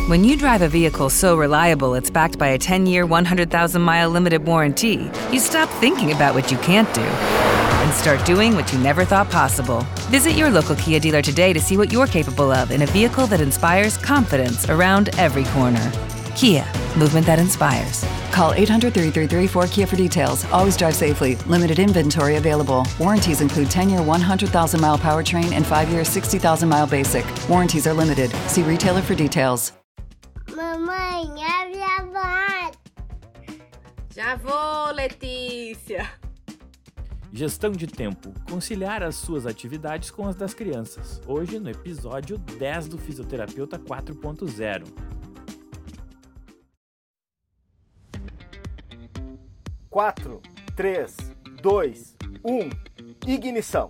When you drive a vehicle so reliable it's backed by a 10-year, 100,000-mile limited warranty, you stop thinking about what you can't do and start doing what you never thought possible. Visit your local Kia dealer today to see what you're capable of in a vehicle that inspires confidence around every corner. Kia, movement that inspires. Call 800-333-4KIA for details. Always drive safely. Limited inventory available. Warranties include 10-year 100,000-mile powertrain and 5-year 60,000-mile basic. Warranties are limited. See retailer for details. Mamãe, abre a porta. Já vou, Letícia. Gestão de tempo. Conciliar as suas atividades com as das crianças. Hoje no episódio 10 do Fisioterapeuta 4.0. Quatro, 3, 2, 1, ignição.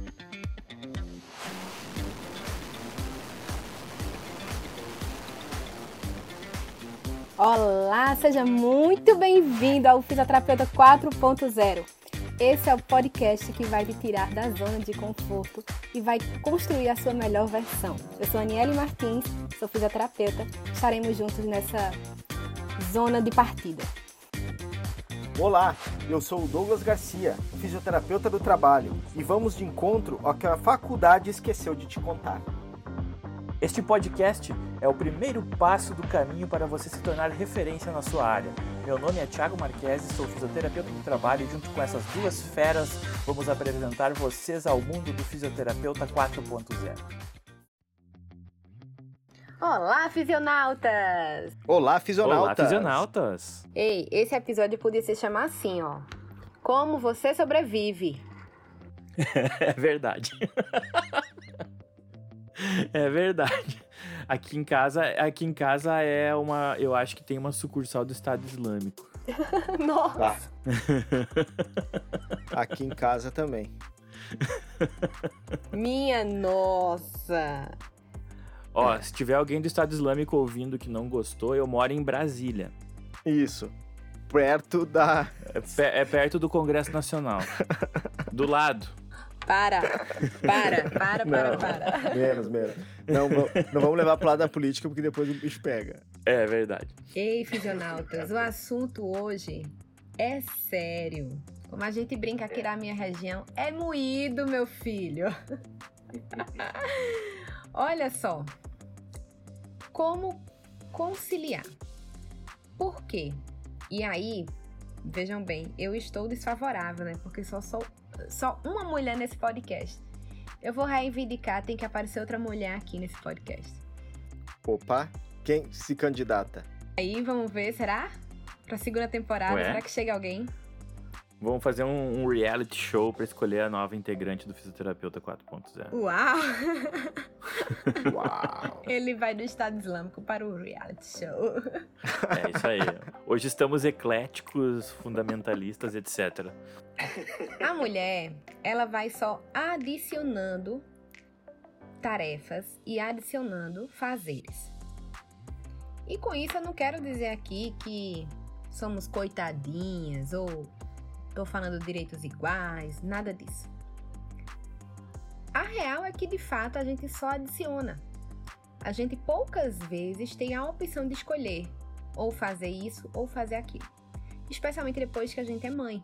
Olá, seja muito bem-vindo ao Fisioterapeuta 4.0. Esse é o podcast que vai te tirar da zona de conforto e vai construir a sua melhor versão. Eu sou Aniele Martins, sou fisioterapeuta. Estaremos juntos nessa zona de partida. Olá, eu sou o Douglas Garcia, fisioterapeuta do trabalho, e vamos de encontro ao que a faculdade esqueceu de te contar. Este podcast é o primeiro passo do caminho para você se tornar referência na sua área. Meu nome é Thiago Marquesi, sou fisioterapeuta do trabalho e junto com essas duas feras vamos apresentar vocês ao mundo do Fisioterapeuta 4.0. Olá, fisionautas! Olá, fisionautas! Olá, fisionautas! Ei, esse episódio podia se chamar assim, ó. Como você sobrevive? É verdade. É verdade. Aqui em casa é uma... Eu acho que tem uma sucursal do Estado Islâmico. Nossa! Tá. Aqui em casa também. Minha nossa! Ó, se tiver alguém do Estado Islâmico ouvindo que não gostou, eu moro em Brasília. Isso. Perto da... É perto do Congresso Nacional. Do lado. Para. Menos. Não vamos levar pro lado da política, porque depois o bicho pega. É verdade. Ei, fisionautas, o assunto hoje é sério. Como a gente brinca aqui na minha região, é moído, meu filho. Olha só. Como conciliar? Por quê? E aí, vejam bem, eu estou desfavorável, né? Porque só uma mulher nesse podcast. Eu vou reivindicar, tem que aparecer outra mulher aqui nesse podcast. Opa, quem se candidata? Aí, vamos ver, será? Pra segunda temporada, Ué? será que chega alguém? Vamos fazer um reality show pra escolher a nova integrante do Fisioterapeuta 4.0. Uau! Uau! Ele vai do Estado Islâmico para o reality show. É isso aí. Hoje estamos ecléticos, fundamentalistas, etc. A mulher, ela vai só adicionando tarefas e adicionando fazeres. E com isso eu não quero dizer aqui que somos coitadinhas ou tô falando direitos iguais, nada disso. A real é que de fato a gente só adiciona. A gente poucas vezes tem a opção de escolher ou fazer isso ou fazer aquilo. Especialmente depois que a gente é mãe.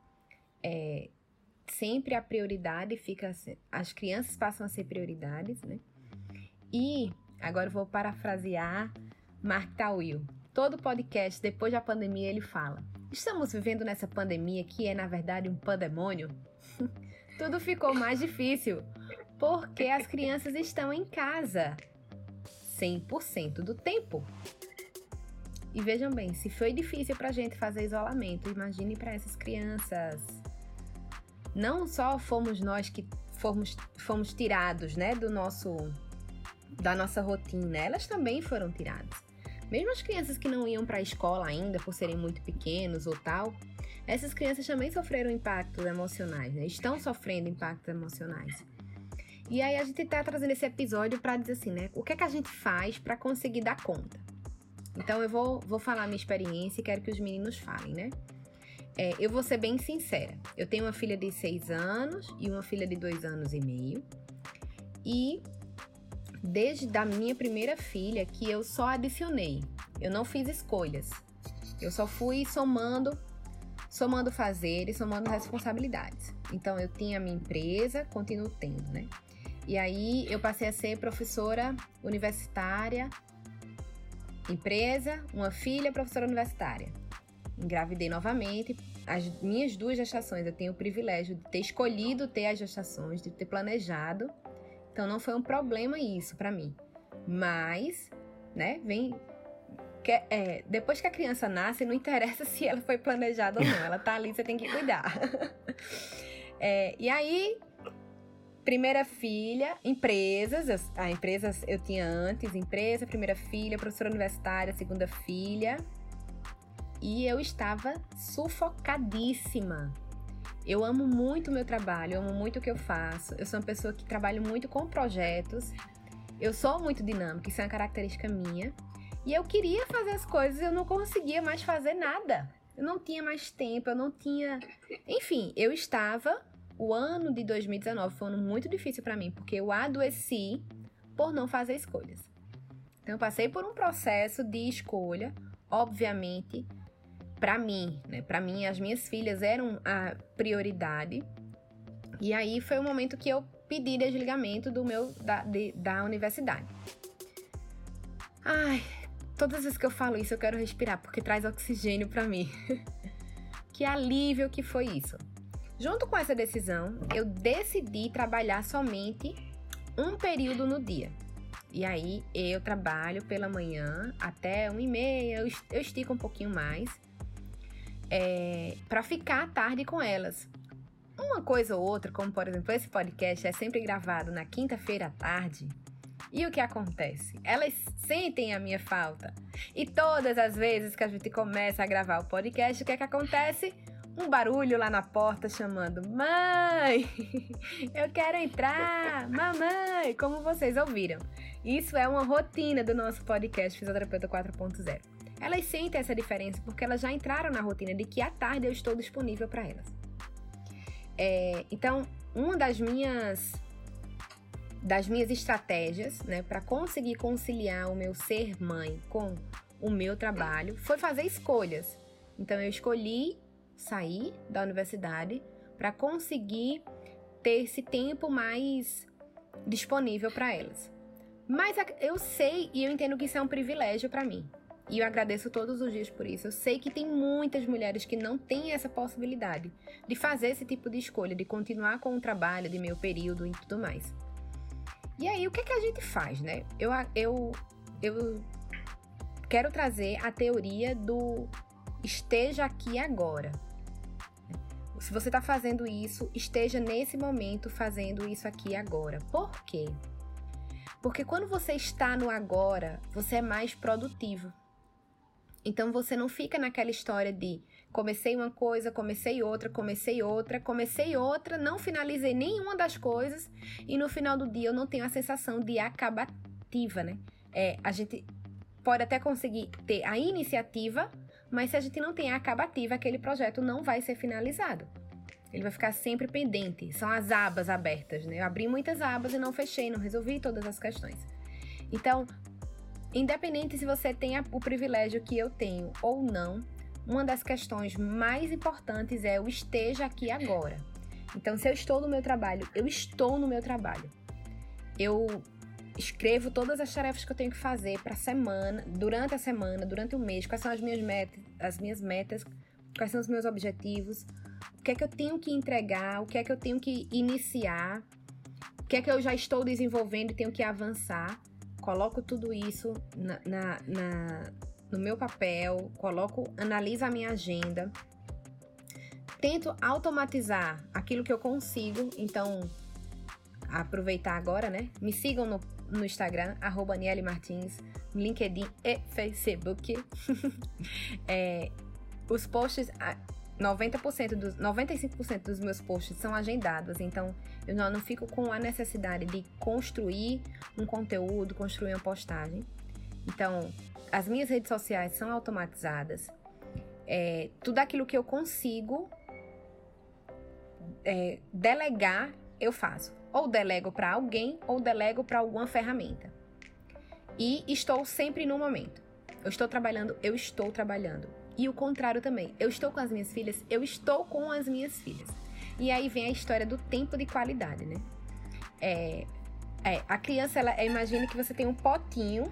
Sempre a prioridade fica... As crianças passam a ser prioridades, né? E agora eu vou parafrasear Mark Tawil. Todo podcast, depois da pandemia, ele fala: estamos vivendo nessa pandemia que é, na verdade, um pandemônio? Tudo ficou mais difícil, porque as crianças estão em casa 100% do tempo. E vejam bem, se foi difícil pra gente fazer isolamento, imagine para essas crianças. Não só fomos nós que fomos tirados, né, da nossa rotina, elas também foram tiradas. Mesmo as crianças que não iam para a escola ainda, por serem muito pequenos ou tal, essas crianças também sofreram impactos emocionais, né? Estão sofrendo impactos emocionais. E aí a gente tá trazendo esse episódio para dizer assim, né? O que é que a gente faz para conseguir dar conta? Então eu vou falar a minha experiência e quero que os meninos falem, né? Eu vou ser bem sincera. Eu tenho uma filha de 6 anos e uma filha de 2 anos e meio. E desde a minha primeira filha, que eu só adicionei. Eu não fiz escolhas. Eu só fui somando fazeres, somando responsabilidades. Então, eu tinha a minha empresa, continuo tendo, né? E aí, eu passei a ser professora universitária, empresa, uma filha, professora universitária. Engravidei novamente. As minhas 2 gestações, eu tenho o privilégio de ter escolhido ter as gestações, de ter planejado. Então, não foi um problema isso pra mim. Mas, né, depois que a criança nasce, não interessa se ela foi planejada ou não. Ela tá ali, você tem que cuidar. E aí, primeira filha, empresas eu tinha antes, empresa, primeira filha, professora universitária, segunda filha. E eu estava sufocadíssima. Eu amo muito o meu trabalho, eu amo muito o que eu faço. Eu sou uma pessoa que trabalha muito com projetos. Eu sou muito dinâmica, isso é uma característica minha. E eu queria fazer as coisas, eu não conseguia mais fazer nada. Eu não tinha mais tempo, eu não tinha... Enfim, eu estava... O ano de 2019 foi um ano muito difícil para mim, porque eu adoeci por não fazer escolhas. Então, eu passei por um processo de escolha, obviamente... Para mim, né? Para mim, as minhas filhas eram a prioridade. E aí foi o momento que eu pedi desligamento da universidade. Ai, todas as vezes que eu falo isso, eu quero respirar, porque traz oxigênio para mim. Que alívio que foi isso. Junto com essa decisão, eu decidi trabalhar somente um período no dia. E aí, eu trabalho pela manhã até 1h30, eu estico um pouquinho mais. Para ficar à tarde com elas. Uma coisa ou outra, como por exemplo esse podcast é sempre gravado na quinta-feira à tarde. E o que acontece? Elas sentem a minha falta. E todas as vezes que a gente começa a gravar o podcast, o que é que acontece? Um barulho lá na porta chamando: mãe, eu quero entrar, mamãe, como vocês ouviram. Isso é uma rotina do nosso podcast Fisioterapeuta 4.0. Elas sentem essa diferença porque elas já entraram na rotina de que à tarde eu estou disponível para elas. Então, uma das minhas estratégias, né, para conseguir conciliar o meu ser mãe com o meu trabalho foi fazer escolhas. Então, eu escolhi sair da universidade para conseguir ter esse tempo mais disponível para elas. Mas eu sei e eu entendo que isso é um privilégio para mim. E eu agradeço todos os dias por isso. Eu sei que tem muitas mulheres que não têm essa possibilidade de fazer esse tipo de escolha, de continuar com o trabalho, de meio período e tudo mais. E aí, o que é que a gente faz, né? Eu quero trazer a teoria do esteja aqui agora. Se você está fazendo isso, esteja nesse momento fazendo isso aqui agora. Por quê? Porque quando você está no agora, você é mais produtivo. Então, você não fica naquela história de comecei uma coisa, comecei outra, não finalizei nenhuma das coisas e no final do dia eu não tenho a sensação de acabativa, né? A gente pode até conseguir ter a iniciativa, mas se a gente não tem a acabativa, aquele projeto não vai ser finalizado. Ele vai ficar sempre pendente. São as abas abertas, né? Eu abri muitas abas e não fechei, não resolvi todas as questões. Então, independente se você tem o privilégio que eu tenho ou não, uma das questões mais importantes é o esteja aqui agora. Então, se eu estou no meu trabalho, eu estou no meu trabalho. Eu escrevo todas as tarefas que eu tenho que fazer para a semana, durante o mês, quais são as minhas metas, quais são os meus objetivos, o que é que eu tenho que entregar, o que é que eu tenho que iniciar, o que é que eu já estou desenvolvendo e tenho que avançar. Coloco tudo isso no meu papel, analiso a minha agenda, tento automatizar aquilo que eu consigo. Então, aproveitar agora, né? Me sigam no Instagram, @AnieleMartins, no LinkedIn e Facebook. Os posts, 95% dos meus posts são agendados, então eu não fico com a necessidade de construir um conteúdo, construir uma postagem. Então, as minhas redes sociais são automatizadas. Tudo aquilo que eu consigo delegar, eu faço. Ou delego para alguém, ou delego para alguma ferramenta. E estou sempre no momento. Eu estou trabalhando. E o contrário também. Eu estou com as minhas filhas, eu estou com as minhas filhas. E aí vem a história do tempo de qualidade, né? A criança, imagine que você tem um pote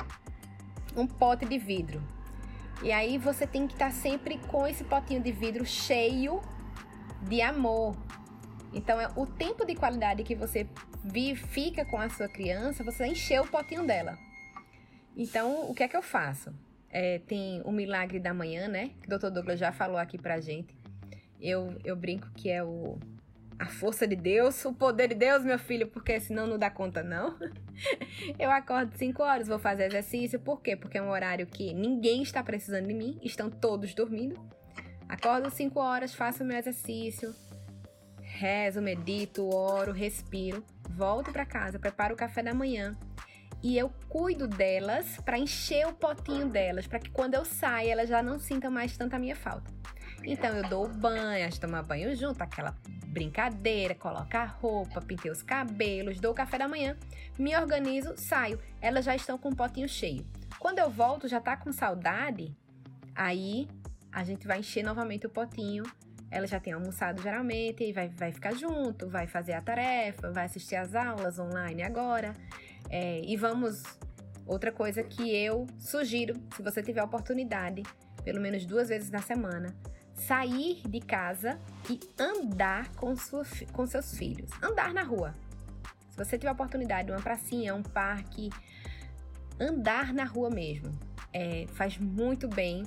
de vidro. E aí você tem que estar sempre com esse potinho de vidro cheio de amor. Então, o tempo de qualidade que você fica com a sua criança, você encheu o potinho dela. Então, o que é que eu faço? Tem o milagre da manhã, né? Que o Dr. Douglas já falou aqui pra gente. Eu brinco que é a força de Deus, o poder de Deus, meu filho, porque senão não dá conta, não. Eu acordo 5 horas, vou fazer exercício. Por quê? Porque é um horário que ninguém está precisando de mim, estão todos dormindo. Acordo 5 horas, faço meu exercício, rezo, medito, oro, respiro, volto para casa, preparo o café da manhã e eu cuido delas para encher o potinho delas, para que quando eu saia elas já não sintam mais tanta a minha falta. Então eu dou banho, a gente toma banho junto, aquela brincadeira, coloco a roupa, pintei os cabelos, dou o café da manhã, me organizo, saio. Elas já estão com o potinho cheio. Quando eu volto, já tá com saudade, aí a gente vai encher novamente o potinho. Ela já tem almoçado geralmente, e vai ficar junto, vai fazer a tarefa, vai assistir às aulas online agora. E vamos... Outra coisa que eu sugiro, se você tiver oportunidade, pelo menos 2 vezes na semana, sair de casa e andar com seus filhos. Andar na rua. Se você tiver oportunidade, uma pracinha, um parque, andar na rua mesmo. Faz muito bem.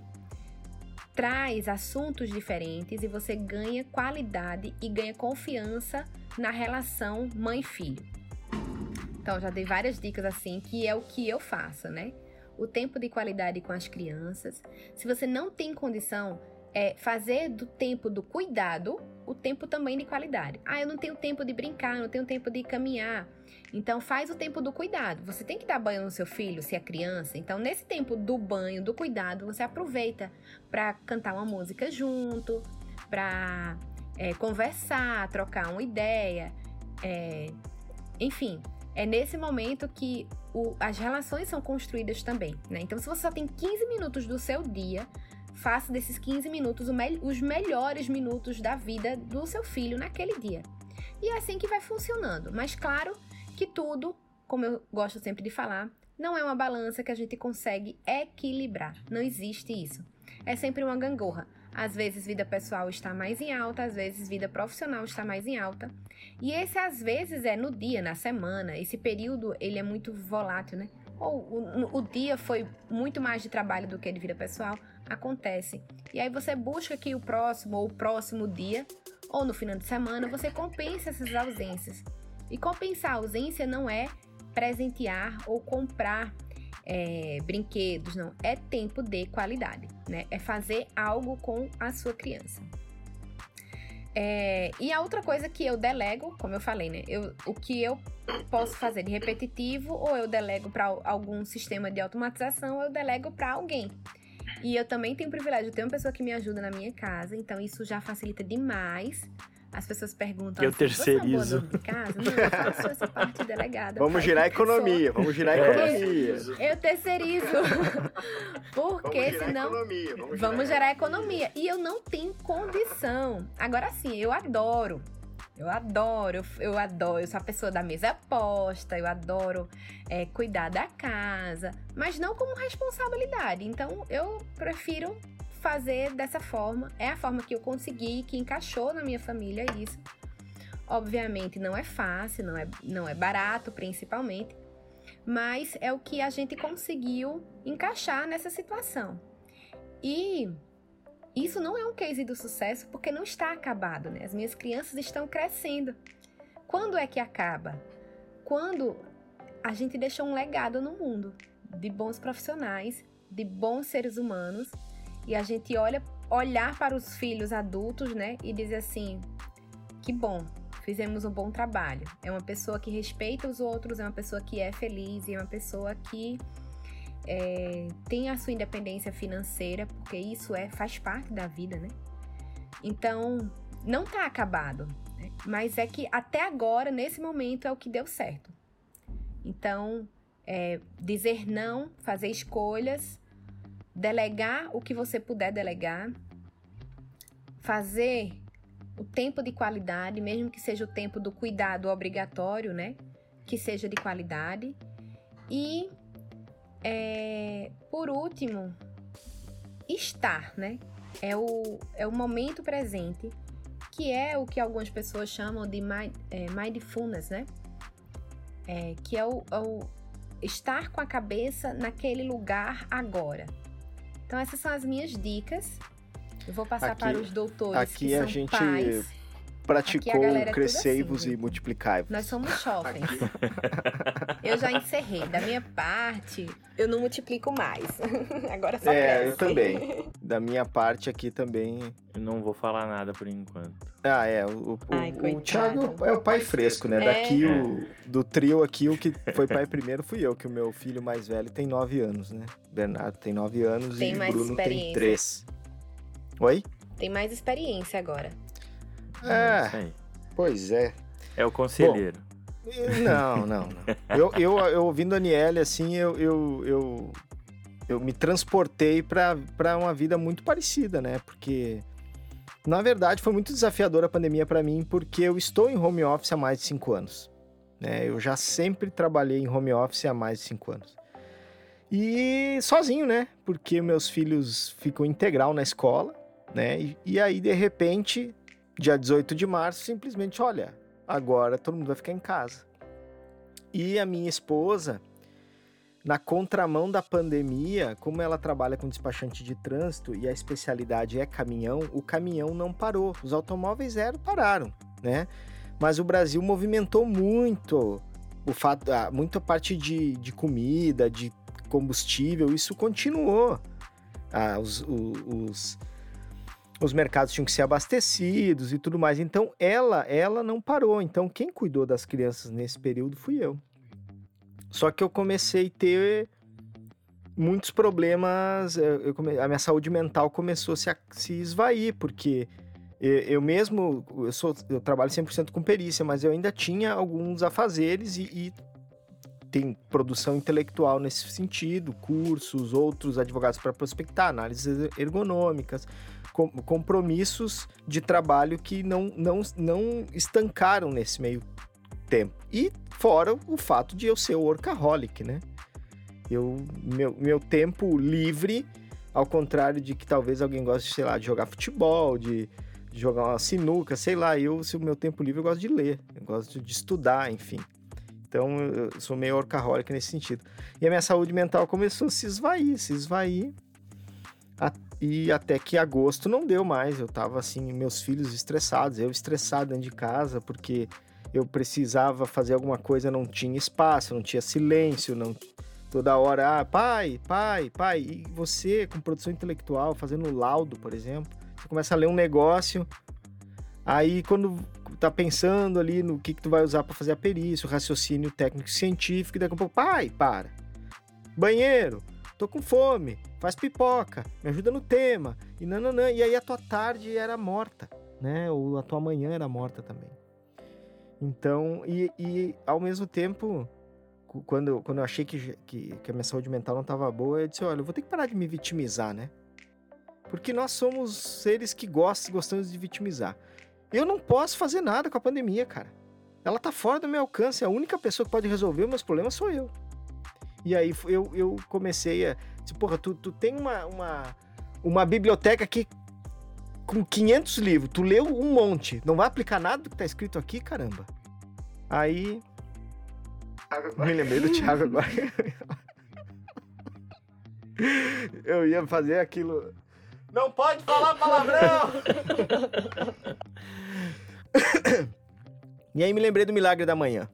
Traz assuntos diferentes e você ganha qualidade e ganha confiança na relação mãe-filho. Então, já dei várias dicas assim, que é o que eu faço, né? O tempo de qualidade com as crianças. Se você não tem condição, fazer do tempo do cuidado o tempo também de qualidade. Eu não tenho tempo de brincar, não tenho tempo de caminhar. Então, faz o tempo do cuidado. Você tem que dar banho no seu filho, se é criança. Então, nesse tempo do banho, do cuidado, você aproveita para cantar uma música junto, para conversar, trocar uma ideia. Enfim, é nesse momento que as relações são construídas também, né? Então, se você só tem 15 minutos do seu dia, faça desses 15 minutos os melhores minutos da vida do seu filho naquele dia. E é assim que vai funcionando. Mas claro que tudo, como eu gosto sempre de falar, não é uma balança que a gente consegue equilibrar. Não existe isso. É sempre uma gangorra. Às vezes vida pessoal está mais em alta, às vezes vida profissional está mais em alta. E esse às vezes é no dia, na semana. Esse período ele é muito volátil, né? Ou o dia foi muito mais de trabalho do que de vida pessoal. Acontece. E aí você busca que o próximo dia, ou no final de semana, você compensa essas ausências. E compensar a ausência não é presentear ou comprar brinquedos, não. É tempo de qualidade, né? É fazer algo com a sua criança. E a outra coisa que eu delego, como eu falei, né? O que eu posso fazer de repetitivo, ou eu delego para algum sistema de automatização, ou eu delego para alguém. E eu também tenho o privilégio de ter uma pessoa que me ajuda na minha casa, então isso já facilita demais. As pessoas perguntam eu assim, terceirizo. você é uma dona de casa? Não, eu faço essa parte delegada. Vamos girar a economia, vamos girar a economia. Eu terceirizo. Porque senão... Vamos gerar economia. E eu não tenho condição. Agora sim, eu adoro. Eu sou a pessoa da mesa posta, eu adoro cuidar da casa, mas não como responsabilidade. Então, eu prefiro fazer dessa forma. É a forma que eu consegui, que encaixou na minha família isso. Obviamente, não é fácil, não é barato, principalmente, mas é o que a gente conseguiu encaixar nessa situação. E isso não é um case do sucesso porque não está acabado, né? As minhas crianças estão crescendo. Quando é que acaba? Quando a gente deixou um legado no mundo de bons profissionais, de bons seres humanos, e a gente olhar para os filhos adultos, né? E dizer assim, que bom, fizemos um bom trabalho. É uma pessoa que respeita os outros, é uma pessoa que é feliz, é uma pessoa que tem a sua independência financeira, porque isso faz parte da vida, né? Então, não tá acabado, né? Mas é que até agora, nesse momento, é o que deu certo. Então, dizer não, fazer escolhas, delegar o que você puder delegar, fazer o tempo de qualidade, mesmo que seja o tempo do cuidado obrigatório, né? Que seja de qualidade. E, por último, estar, né? É o momento presente, que é o que algumas pessoas chamam de mindfulness, né? Que é o estar com a cabeça naquele lugar agora. Então, essas são as minhas dicas. Eu vou passar para os doutores que são a gente pais. praticou crescei-vos assim, e multiplicai-vos. Nós somos jovens. Eu já encerrei. Da minha parte, eu não multiplico mais. Agora só cresce. Eu também. Da minha parte aqui também. Eu não vou falar nada por enquanto. O Thiago é o pai fresco, né? Daqui, do trio aqui, o que foi pai primeiro fui eu, que o meu filho mais velho tem 9 anos, né? Bernardo tem 9 anos e Bruno tem 3. Oi? Tem mais experiência agora. Pois é. É o conselheiro. Não. Eu ouvindo a Aniele, assim, eu me transportei para uma vida muito parecida, né? Porque, na verdade, foi muito desafiadora a pandemia para mim, porque eu estou em home office há mais de 5 anos. Né? Eu já sempre trabalhei em home office há mais de 5 anos. E sozinho, né? Porque meus filhos ficam integral na escola, né? E aí, de repente, dia 18 de março, simplesmente, olha, agora todo mundo vai ficar em casa. E a minha esposa, na contramão da pandemia, como ela trabalha com despachante de trânsito e a especialidade é caminhão, o caminhão não parou. Os automóveis zero pararam, né? Mas o Brasil movimentou muito muita parte de comida, de combustível, isso continuou. Os mercados tinham que ser abastecidos e tudo mais. Então, ela não parou. Então, quem cuidou das crianças nesse período fui eu. Só que eu comecei a ter muitos problemas. A minha saúde mental começou a se esvair, porque eu trabalho 100% com perícia, mas eu ainda tinha alguns afazeres e tem produção intelectual nesse sentido, cursos, outros advogados para prospectar, análises ergonômicas, compromissos de trabalho que não estancaram nesse meio tempo. E fora o fato de eu ser workaholic, né? Meu tempo livre, ao contrário de que talvez alguém goste, sei lá, de jogar futebol, de jogar uma sinuca, sei lá, se o meu tempo livre eu gosto de ler, eu gosto de estudar, enfim. Então, eu sou meio workaholic nesse sentido. E a minha saúde mental começou a se esvair. E até que agosto não deu mais. Eu tava assim, meus filhos estressados, eu estressado dentro de casa, porque eu precisava fazer alguma coisa, não tinha espaço, não tinha silêncio, toda hora, pai. E você, com produção intelectual, fazendo laudo, por exemplo, você começa a ler um negócio, aí quando tá pensando ali no que tu vai usar para fazer a perícia, o raciocínio técnico científico, e daqui a pouco, pai, para. Banheiro, tô com fome, faz pipoca, me ajuda no tema, e nananã. E aí a tua tarde era morta, né? Ou a tua manhã era morta também. Então, e ao mesmo tempo, quando eu achei que a minha saúde mental não tava boa, eu disse, olha, eu vou ter que parar de me vitimizar, né? Porque nós somos seres que gostamos de vitimizar. Eu não posso fazer nada com a pandemia, cara. Ela tá fora do meu alcance. A única pessoa que pode resolver os meus problemas sou eu. E aí eu comecei a... Porra, tu tem uma biblioteca aqui com 500 livros. Tu leu um monte. Não vai aplicar nada do que tá escrito aqui, caramba. Aí... Me lembrei do Thiago agora. Eu ia fazer aquilo... Não pode falar palavrão! E aí me lembrei do Milagre da Manhã.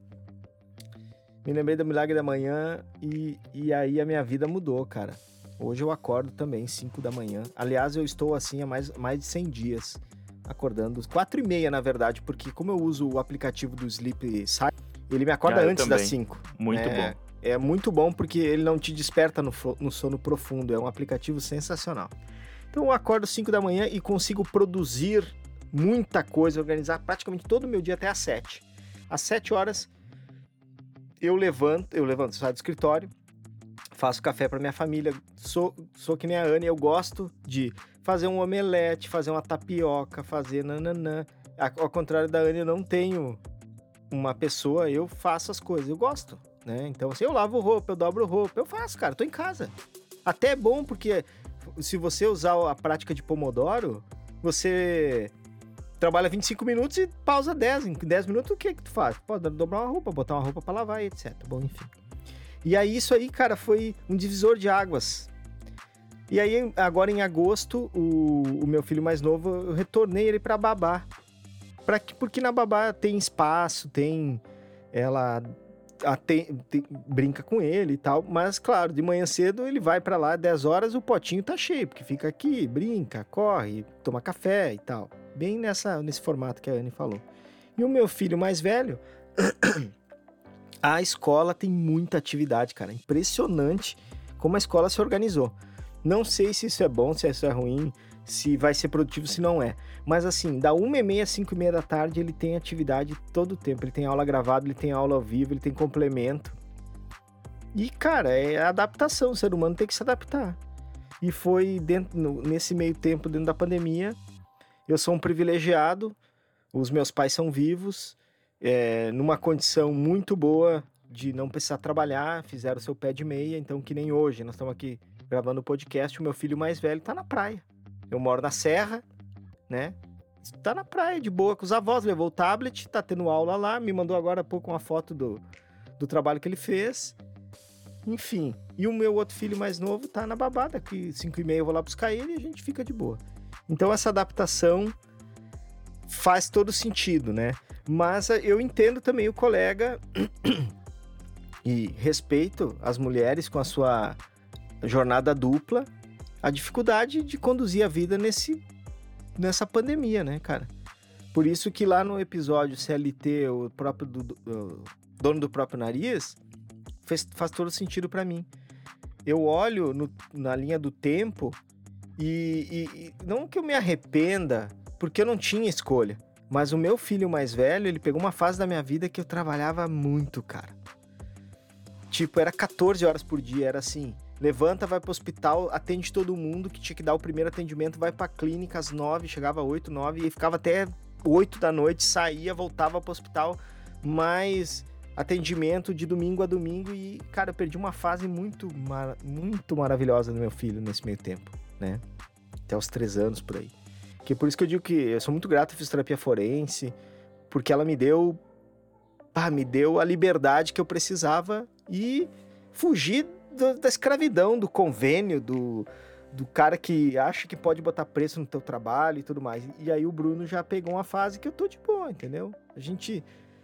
E aí a minha vida mudou, cara. Hoje eu acordo também 5 da manhã. Aliás, eu estou assim há mais de 100 dias. Acordando 4h30, na verdade, porque como eu uso o aplicativo do Sleep Cycle, ele me acorda antes das 5. Muito bom. É muito bom porque ele não te desperta no sono profundo. É um aplicativo sensacional. Então eu acordo 5 da manhã e consigo produzir muita coisa, organizar praticamente todo o meu dia até às 7. Às 7 horas eu levanto, saio do escritório, faço café pra minha família, sou que nem a Anne, eu gosto de fazer um omelete, fazer uma tapioca, fazer nananã. Ao contrário da Anne, eu não tenho uma pessoa, eu faço as coisas, eu gosto, né? Então, assim, eu lavo roupa, eu dobro roupa, eu faço, cara, tô em casa. Até é bom, porque se você usar a prática de Pomodoro, você trabalha 25 minutos e pausa 10. Em 10 minutos, o que tu faz? Pode dobrar uma roupa, botar uma roupa pra lavar, etc. Bom, enfim. E aí, isso aí, cara, foi um divisor de águas. E aí, agora em agosto, o meu filho mais novo, eu retornei ele pra babá. Porque na babá tem espaço, ela brinca com ele e tal, mas claro, de manhã cedo ele vai pra lá, 10 horas o potinho tá cheio, porque fica aqui, brinca, corre, toma café e tal. Bem nesse formato que a Anne falou. E o meu filho mais velho, a escola tem muita atividade, cara. Impressionante como a escola se organizou. Não sei se isso é bom, se isso é ruim, se vai ser produtivo, se não é. Mas assim, da 1h30 às 5h30 da tarde, ele tem atividade todo o tempo. Ele tem aula gravada, ele tem aula ao vivo, ele tem complemento. E, cara, é adaptação. O ser humano tem que se adaptar. E foi nesse meio tempo, dentro da pandemia, eu sou um privilegiado. Os meus pais são vivos, numa condição muito boa de não precisar trabalhar, fizeram o seu pé de meia. Então, que nem hoje, nós estamos aqui gravando o podcast, o meu filho mais velho tá na praia. Eu moro na Serra, né? Tá na praia, de boa, com os avós, levou o tablet, tá tendo aula lá, me mandou agora há pouco uma foto do trabalho que ele fez. Enfim, e o meu outro filho mais novo tá na babada, que 5h30 eu vou lá buscar ele e a gente fica de boa. Então essa adaptação faz todo sentido, né? Mas eu entendo também o colega e respeito as mulheres com a sua jornada dupla, a dificuldade de conduzir a vida nessa pandemia, né, cara? Por isso que lá no episódio CLT, o próprio dono do próprio nariz, faz todo sentido pra mim. Eu olho na linha do tempo e não que eu me arrependa, porque eu não tinha escolha, mas o meu filho mais velho, ele pegou uma fase da minha vida que eu trabalhava muito, cara. Tipo, era 14 horas por dia, era assim... Levanta, vai pro hospital, atende todo mundo que tinha que dar o primeiro atendimento, vai pra clínica às 9, chegava às 8, 9 e ficava até 8 da noite, saía, voltava pro hospital, mais atendimento de domingo a domingo e, cara, eu perdi uma fase muito maravilhosa do meu filho nesse meio tempo, né? Até os 3 anos por aí. Que é por isso que eu digo que eu sou muito grato à fisioterapia forense, porque ela me deu a liberdade que eu precisava e fugir da escravidão, do convênio, do cara que acha que pode botar preço no teu trabalho e tudo mais. E aí o Bruno já pegou uma fase que eu tô de boa, entendeu? A gente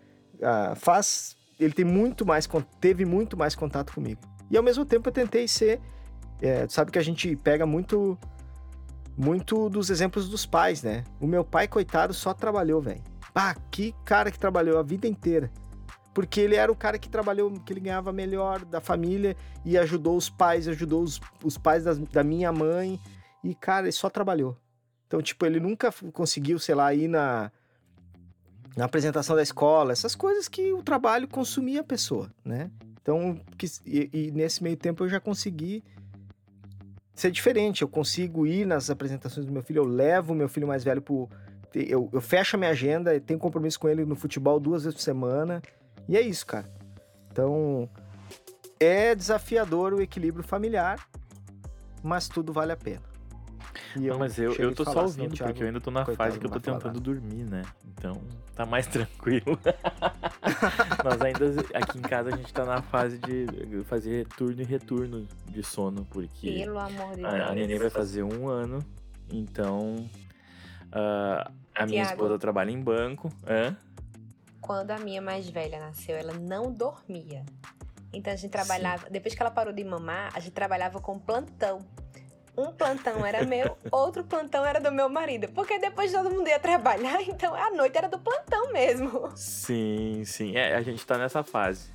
ele teve muito mais contato comigo. E ao mesmo tempo eu tentei ser... sabe que a gente pega muito dos exemplos dos pais, né? O meu pai, coitado, só trabalhou, velho. Que cara que trabalhou a vida inteira. Porque ele era o cara que trabalhou, que ele ganhava melhor da família e ajudou os pais, os pais da minha mãe. E, cara, ele só trabalhou. Então, tipo, ele nunca conseguiu, sei lá, ir na apresentação da escola, essas coisas que o trabalho consumia a pessoa, né? Então, nesse meio tempo eu já consegui ser diferente. Eu consigo ir nas apresentações do meu filho, eu levo o meu filho mais velho eu fecho a minha agenda, tenho compromisso com ele no futebol 2 vezes por semana. E é isso, cara. Então, é desafiador o equilíbrio familiar, mas tudo vale a pena. Mas eu tô só ouvindo, porque eu ainda tô na fase que eu tô tentando dormir, né? Então, tá mais tranquilo. Nós ainda, aqui em casa, a gente tá na fase de fazer turno e retorno de sono, porque... Pelo amor de Deus. A neném vai fazer 1 ano, então... a minha esposa trabalha em banco. Quando a minha mais velha nasceu, ela não dormia. Então a gente trabalhava... Sim. Depois que ela parou de mamar, a gente trabalhava com plantão. Um plantão era meu, outro plantão era do meu marido. Porque depois todo mundo ia trabalhar, então a noite era do plantão mesmo. Sim. A gente tá nessa fase.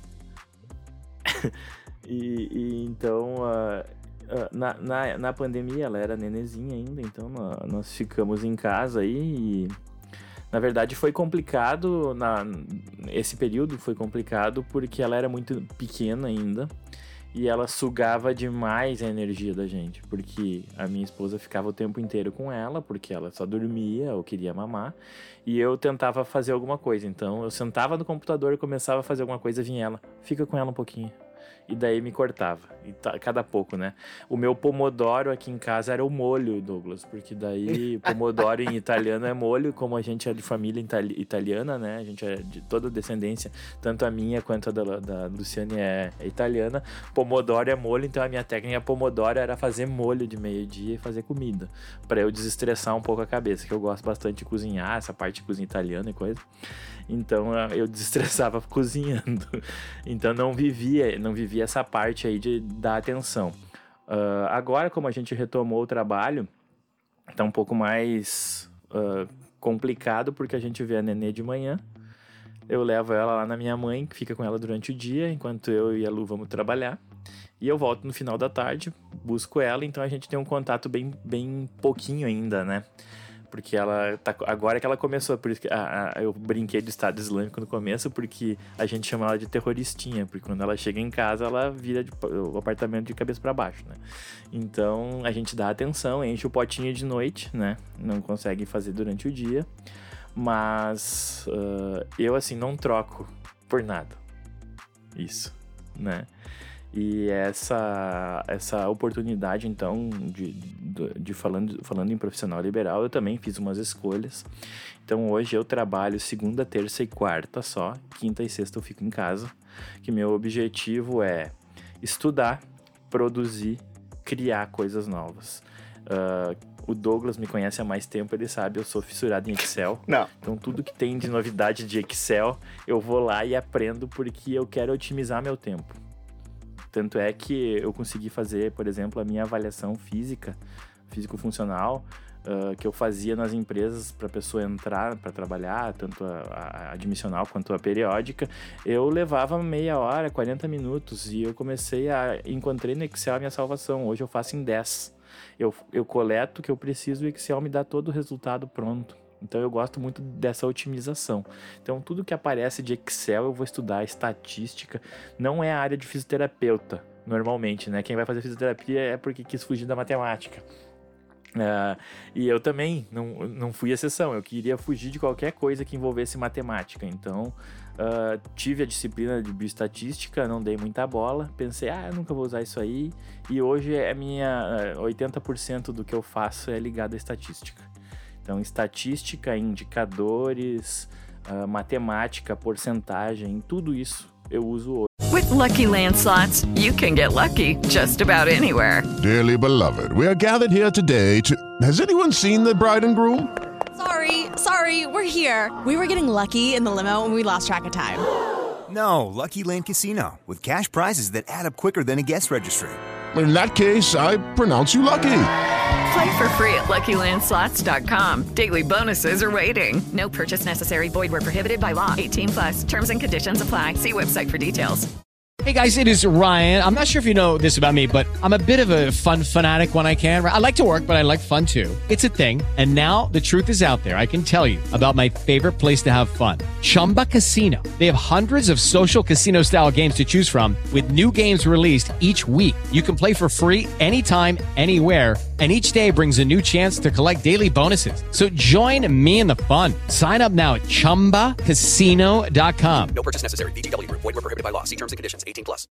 e então... Na pandemia ela era nenezinha ainda, então nós ficamos em casa aí e Na verdade, foi complicado, esse período foi complicado porque ela era muito pequena ainda e ela sugava demais a energia da gente, porque a minha esposa ficava o tempo inteiro com ela, porque ela só dormia ou queria mamar, e eu tentava fazer alguma coisa. Então, eu sentava no computador e começava a fazer alguma coisa, vinha ela, fica com ela um pouquinho. E daí me cortava, cada pouco, né? O meu pomodoro aqui em casa era o molho, Douglas, porque daí pomodoro em italiano é molho, como a gente é de família italiana, né? A gente é de toda descendência, tanto a minha quanto a da Luciane é italiana. Pomodoro é molho, então a minha técnica pomodoro era fazer molho de meio-dia e fazer comida, para eu desestressar um pouco a cabeça, que eu gosto bastante de cozinhar, essa parte de cozinha italiana e coisa. Então eu desestressava cozinhando. Então não vivia essa parte aí de dar atenção. Agora, como a gente retomou o trabalho, tá um pouco mais complicado, porque a gente vê a nenê de manhã. Eu levo ela lá na minha mãe, que fica com ela durante o dia, enquanto eu e a Lu vamos trabalhar. E eu volto no final da tarde, busco ela, então a gente tem um contato bem pouquinho ainda, né? Porque ela tá, agora que ela começou, por isso que eu brinquei do Estado Islâmico no começo, porque a gente chama ela de terroristinha, porque quando ela chega em casa, ela vira o apartamento de cabeça para baixo, né? Então, a gente dá atenção, enche o potinho de noite, né? Não consegue fazer durante o dia, mas eu, assim, não troco por nada. Isso, né? E essa oportunidade, então, de falando em profissional liberal, eu também fiz umas escolhas. Então, hoje eu trabalho segunda, terça e quarta só. Quinta e sexta eu fico em casa. Que meu objetivo é estudar, produzir, criar coisas novas. O Douglas me conhece há mais tempo, ele sabe, eu sou fissurado em Excel. Não. Então, tudo que tem de novidade de Excel, eu vou lá e aprendo, porque eu quero otimizar meu tempo. Tanto é que eu consegui fazer, por exemplo, a minha avaliação físico-funcional, que eu fazia nas empresas para a pessoa entrar para trabalhar, tanto a admissional quanto a periódica. Eu levava meia hora, 40 minutos, e eu encontrei no Excel a minha salvação. Hoje eu faço em 10. Eu coleto o que eu preciso e o Excel me dá todo o resultado pronto. Então eu gosto muito dessa otimização. Então tudo que aparece de Excel eu vou estudar. Estatística não é a área de fisioterapeuta, normalmente, né? Quem vai fazer fisioterapia é porque quis fugir da matemática. E eu também não fui exceção. Eu queria fugir de qualquer coisa que envolvesse matemática. Então tive a disciplina de bioestatística, não dei muita bola. Pensei, eu nunca vou usar isso aí. E hoje 80% do que eu faço é ligado à estatística. Então, estatística, indicadores, matemática, porcentagem, tudo isso eu uso hoje. With Lucky Land Slots, you can get lucky just about anywhere. Dearly beloved, we are gathered here today to... Has anyone seen the bride and groom? Sorry, we're here. We were getting lucky in the limo and we lost track of time. No, Lucky Land Casino, with cash prizes that add up quicker than a guest registry. In that case, I pronounce you lucky. Play for free at LuckyLandSlots.com. Daily bonuses are waiting. No purchase necessary. Void where prohibited by law. 18+. Terms and conditions apply. See website for details. Hey guys, it is Ryan. I'm not sure if you know this about me, but I'm a bit of a fun fanatic when I can. I like to work, but I like fun too. It's a thing. And now the truth is out there. I can tell you about my favorite place to have fun. Chumba Casino. They have hundreds of social casino style games to choose from with new games released each week. You can play for free anytime, anywhere. And each day brings a new chance to collect daily bonuses. So join me in the fun. Sign up now at ChumbaCasino.com. No purchase necessary. VGW Group. Void where prohibited by law. See terms and conditions. 18+.